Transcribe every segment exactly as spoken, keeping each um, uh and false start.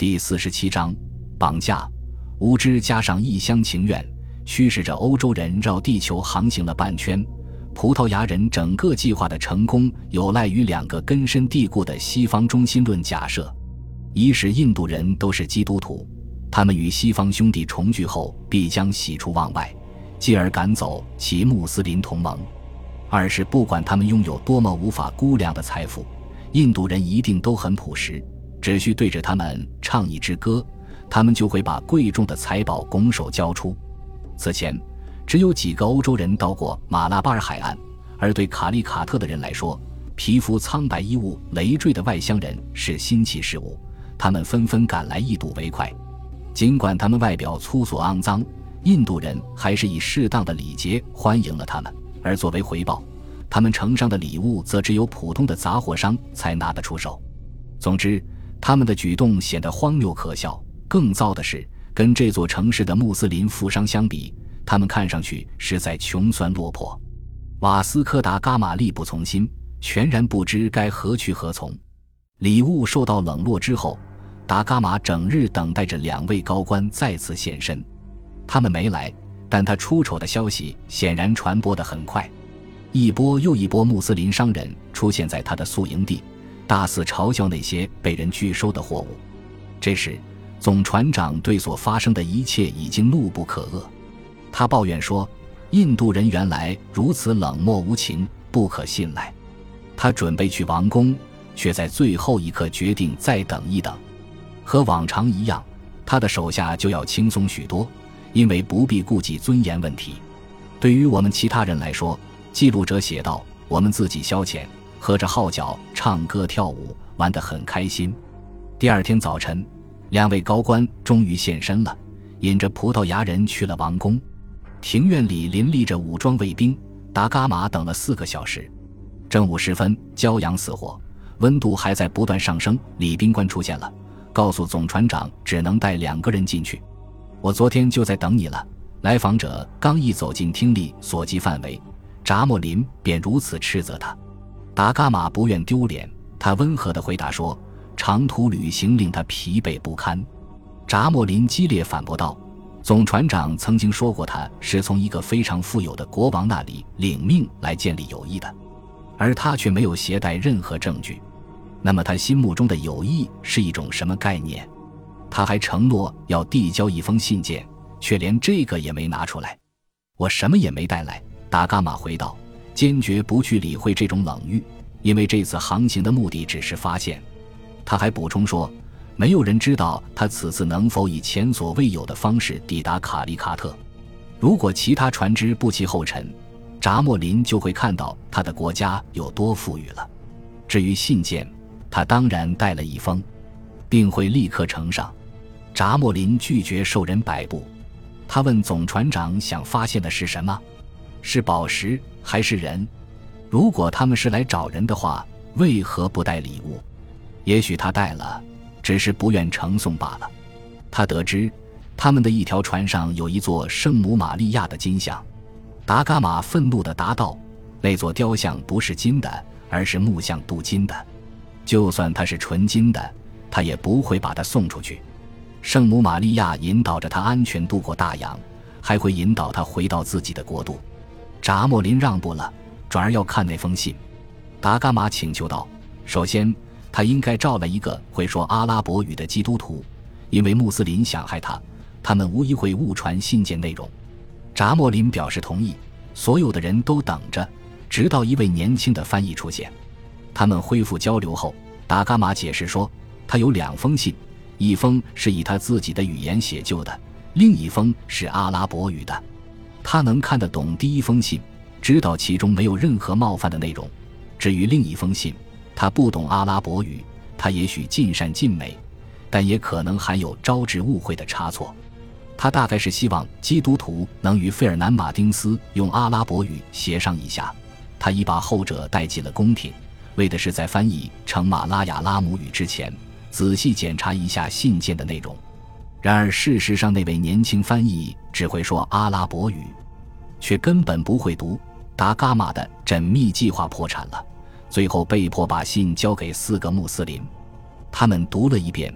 第四十七章，绑架。无知加上一厢情愿，驱使着欧洲人绕地球航行了半圈。葡萄牙人整个计划的成功有赖于两个根深蒂固的西方中心论假设：一是印度人都是基督徒，他们与西方兄弟重聚后必将喜出望外，继而赶走其穆斯林同盟；二是不管他们拥有多么无法估量的财富，印度人一定都很朴实，只需对着他们唱一支歌，他们就会把贵重的财宝拱手交出。此前只有几个欧洲人到过马拉巴尔海岸，而对卡利卡特的人来说，皮肤苍白衣物累赘的外乡人是新奇事物，他们纷纷赶来一睹为快。尽管他们外表粗俗肮脏，印度人还是以适当的礼节欢迎了他们，而作为回报，他们呈上的礼物则只有普通的杂货商才拿得出手。总之，他们的举动显得荒谬可笑。更糟的是，跟这座城市的穆斯林富商相比，他们看上去实在穷酸落魄。瓦斯科达伽马力不从心，全然不知该何去何从。礼物受到冷落之后，达伽马整日等待着两位高官再次现身。他们没来，但他出丑的消息显然传播得很快。一波又一波穆斯林商人出现在他的宿营地，大肆嘲笑那些被人拒收的货物。这时，总船长对所发生的一切已经怒不可遏。他抱怨说，印度人原来如此冷漠无情，不可信赖。他准备去王宫，却在最后一刻决定再等一等。和往常一样，他的手下就要轻松许多，因为不必顾及尊严问题。对于我们其他人来说，记录者写道，我们自己消遣，喝着号角，唱歌跳舞，玩得很开心。第二天早晨，两位高官终于现身了，引着葡萄牙人去了王宫。庭院里林立着武装卫兵，达伽马等了四个小时。正午时分，骄阳似火，温度还在不断上升。礼宾官出现了，告诉总船长只能带两个人进去。我昨天就在等你了。来访者刚一走进听力所及范围，扎莫林便如此斥责他。达伽马不愿丢脸，他温和地回答说，长途旅行令他疲惫不堪。扎莫林激烈反驳道，总船长曾经说过他是从一个非常富有的国王那里领命来建立友谊的，而他却没有携带任何证据。那么他心目中的友谊是一种什么概念？他还承诺要递交一封信件，却连这个也没拿出来。我什么也没带来，达伽马回道，坚决不去理会这种冷遇，因为这次航行的目的只是发现。他还补充说，没有人知道他此次能否以前所未有的方式抵达卡利卡特。如果其他船只不其后尘，扎莫林就会看到他的国家有多富裕了。至于信件，他当然带了一封，并会立刻呈上。扎莫林拒绝受人摆布。他问总船长想发现的是什么？是宝石还是人？如果他们是来找人的话，为何不带礼物？也许他带了，只是不愿呈送罢了。他得知他们的一条船上有一座圣母玛利亚的金像。达伽马愤怒地答道，那座雕像不是金的，而是木像镀金的。就算它是纯金的，他也不会把它送出去。圣母玛利亚引导着他安全渡过大洋，还会引导他回到自己的国度。扎莫林让步了，转而要看那封信。达伽马请求道，首先他应该召来一个会说阿拉伯语的基督徒，因为穆斯林想害他，他们无疑会误传信件内容。扎莫林表示同意，所有的人都等着，直到一位年轻的翻译出现。他们恢复交流后，达伽马解释说，他有两封信，一封是以他自己的语言写就的，另一封是阿拉伯语的。他能看得懂第一封信，知道其中没有任何冒犯的内容。至于另一封信，他不懂阿拉伯语，他也许尽善尽美，但也可能含有招致误会的差错。他大概是希望基督徒能与费尔南·马丁斯用阿拉伯语协商一下，他已把后者带进了宫廷，为的是在翻译成马拉雅拉姆语之前仔细检查一下信件的内容。然而事实上，那位年轻翻译只会说阿拉伯语，却根本不会读。达伽马的缜密计划破产了，最后被迫把信交给四个穆斯林。他们读了一遍，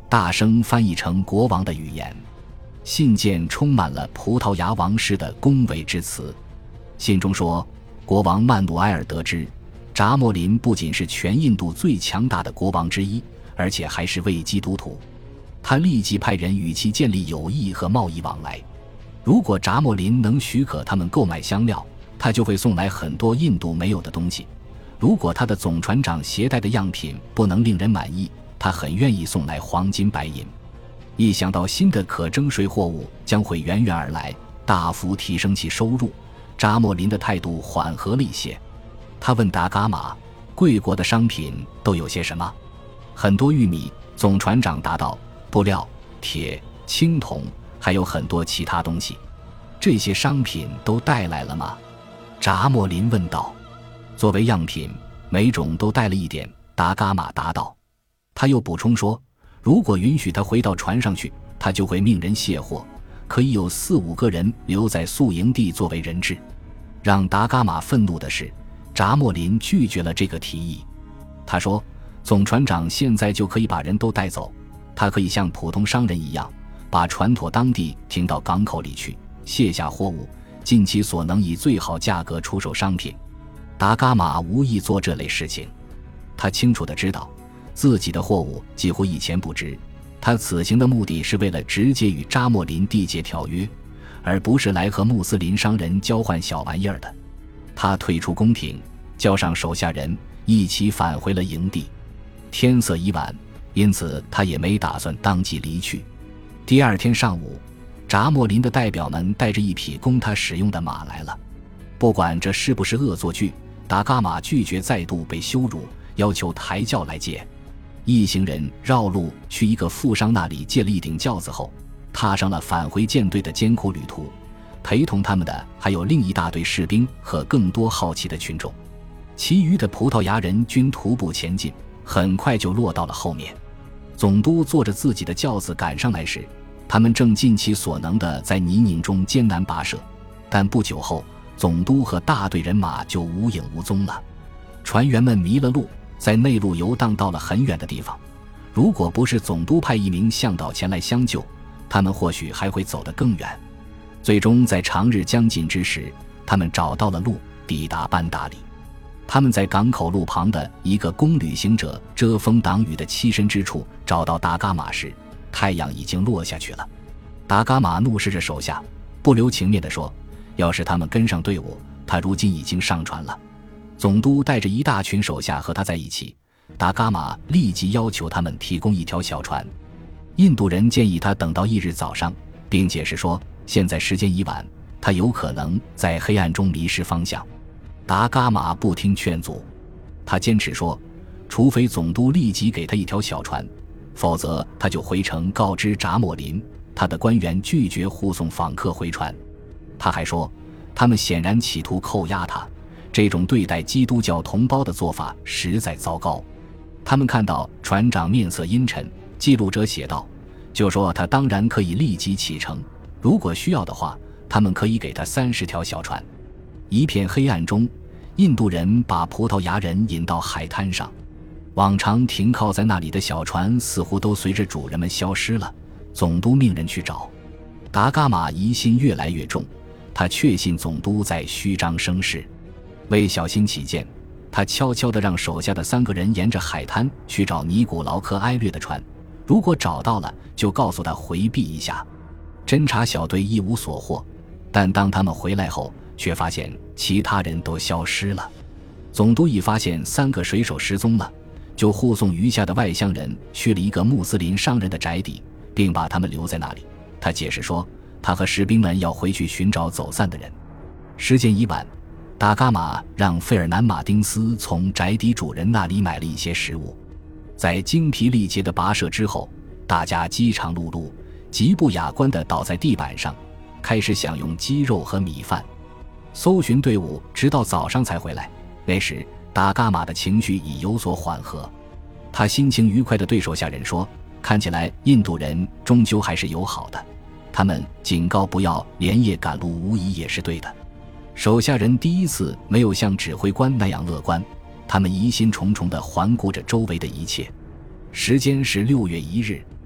大声翻译成国王的语言。信件充满了葡萄牙王室的恭维之词。信中说，国王曼努埃尔得知扎莫林不仅是全印度最强大的国王之一，而且还是位基督徒。他立即派人与其建立友谊和贸易往来。如果扎莫林能许可他们购买香料，他就会送来很多印度没有的东西。如果他的总船长携带的样品不能令人满意，他很愿意送来黄金白银。一想到新的可征税货物将会源源而来，大幅提升其收入，扎莫林的态度缓和了一些。他问达伽马，贵国的商品都有些什么？很多玉米，总船长答道，布料、铁、青铜，还有很多其他东西。这些商品都带来了吗？扎莫林问道。作为样品，每种都带了一点，达伽马答道。他又补充说，如果允许他回到船上去，他就会命人卸货，可以有四五个人留在宿营地作为人质。让达伽马愤怒的是，扎莫林拒绝了这个提议。他说，总船长现在就可以把人都带走，他可以像普通商人一样，把船拖当地停到港口里去，卸下货物，尽其所能以最好价格出售商品。达伽马无意做这类事情，他清楚地知道自己的货物几乎一钱不值，他此行的目的是为了直接与扎莫林缔结条约，而不是来和穆斯林商人交换小玩意儿的。他退出宫廷，叫上手下人一起返回了营地。天色已晚，因此他也没打算当即离去。第二天上午，扎莫林的代表们带着一匹供他使用的马来了。不管这是不是恶作剧，达伽马拒绝再度被羞辱，要求抬轿来接。一行人绕路去一个富商那里借了一顶轿子后，踏上了返回舰队的艰苦旅途。陪同他们的还有另一大队士兵和更多好奇的群众。其余的葡萄牙人均徒步前进，很快就落到了后面。总督坐着自己的轿子赶上来时，他们正尽其所能地在泥泞中艰难跋涉，但不久后，总督和大队人马就无影无踪了。船员们迷了路，在内陆游荡到了很远的地方。如果不是总督派一名向导前来相救，他们或许还会走得更远。最终在长日将近之时，他们找到了路，抵达班达里。他们在港口路旁的一个供旅行者遮风挡雨的栖身之处找到达伽马时，太阳已经落下去了。达伽马怒视着手下，不留情面地说，要是他们跟上队伍，他如今已经上船了。总督带着一大群手下和他在一起，达伽马立即要求他们提供一条小船。印度人建议他等到翌日早上，并解释说，现在时间已晚，他有可能在黑暗中迷失方向。达伽马不听劝阻，他坚持说，除非总督立即给他一条小船，否则他就回城告知扎莫林，他的官员拒绝护送访客回船。他还说，他们显然企图扣押他，这种对待基督教同胞的做法实在糟糕。他们看到船长面色阴沉，记录者写道，就说他当然可以立即启程，如果需要的话，他们可以给他三十条小船。一片黑暗中，印度人把葡萄牙人引到海滩上，往常停靠在那里的小船似乎都随着主人们消失了。总督命人去找。达伽马疑心越来越重，他确信总督在虚张声势。为小心起见，他悄悄地让手下的三个人沿着海滩去找尼古劳克埃略的船，如果找到了，就告诉他回避一下。侦察小队一无所获，但当他们回来后，却发现其他人都消失了。总督一发现三个水手失踪了，就护送余下的外乡人去了一个穆斯林商人的宅邸，并把他们留在那里。他解释说，他和士兵们要回去寻找走散的人。时间已晚，达伽马让费尔南马丁斯从宅邸主人那里买了一些食物。在精疲力竭的跋涉之后，大家饥肠辘辘，极不雅观地倒在地板上，开始享用鸡肉和米饭。搜寻队伍直到早上才回来，那时达伽马的情绪已有所缓和。他心情愉快地对手下人说，看起来印度人终究还是友好的，他们警告不要连夜赶路无疑也是对的。手下人第一次没有像指挥官那样乐观，他们疑心重重地环顾着周围的一切。时间是六月一日，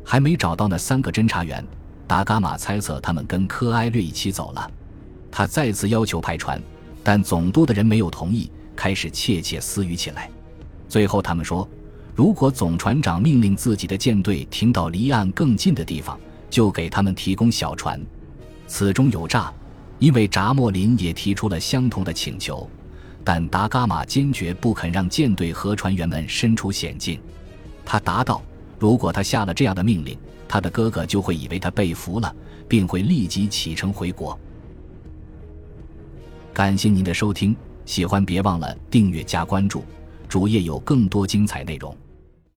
还没找到那三个侦察员，达伽马猜测他们跟科埃略一起走了。他再次要求派船，但总督的人没有同意，开始窃窃私语起来。最后他们说，如果总船长命令自己的舰队停到离岸更近的地方，就给他们提供小船。此中有诈，因为扎莫林也提出了相同的请求，但达伽马坚决不肯让舰队和船员们身处险境。他答道，如果他下了这样的命令，他的哥哥就会以为他被俘了，并会立即启程回国。感谢您的收听，喜欢别忘了订阅加关注，主页有更多精彩内容。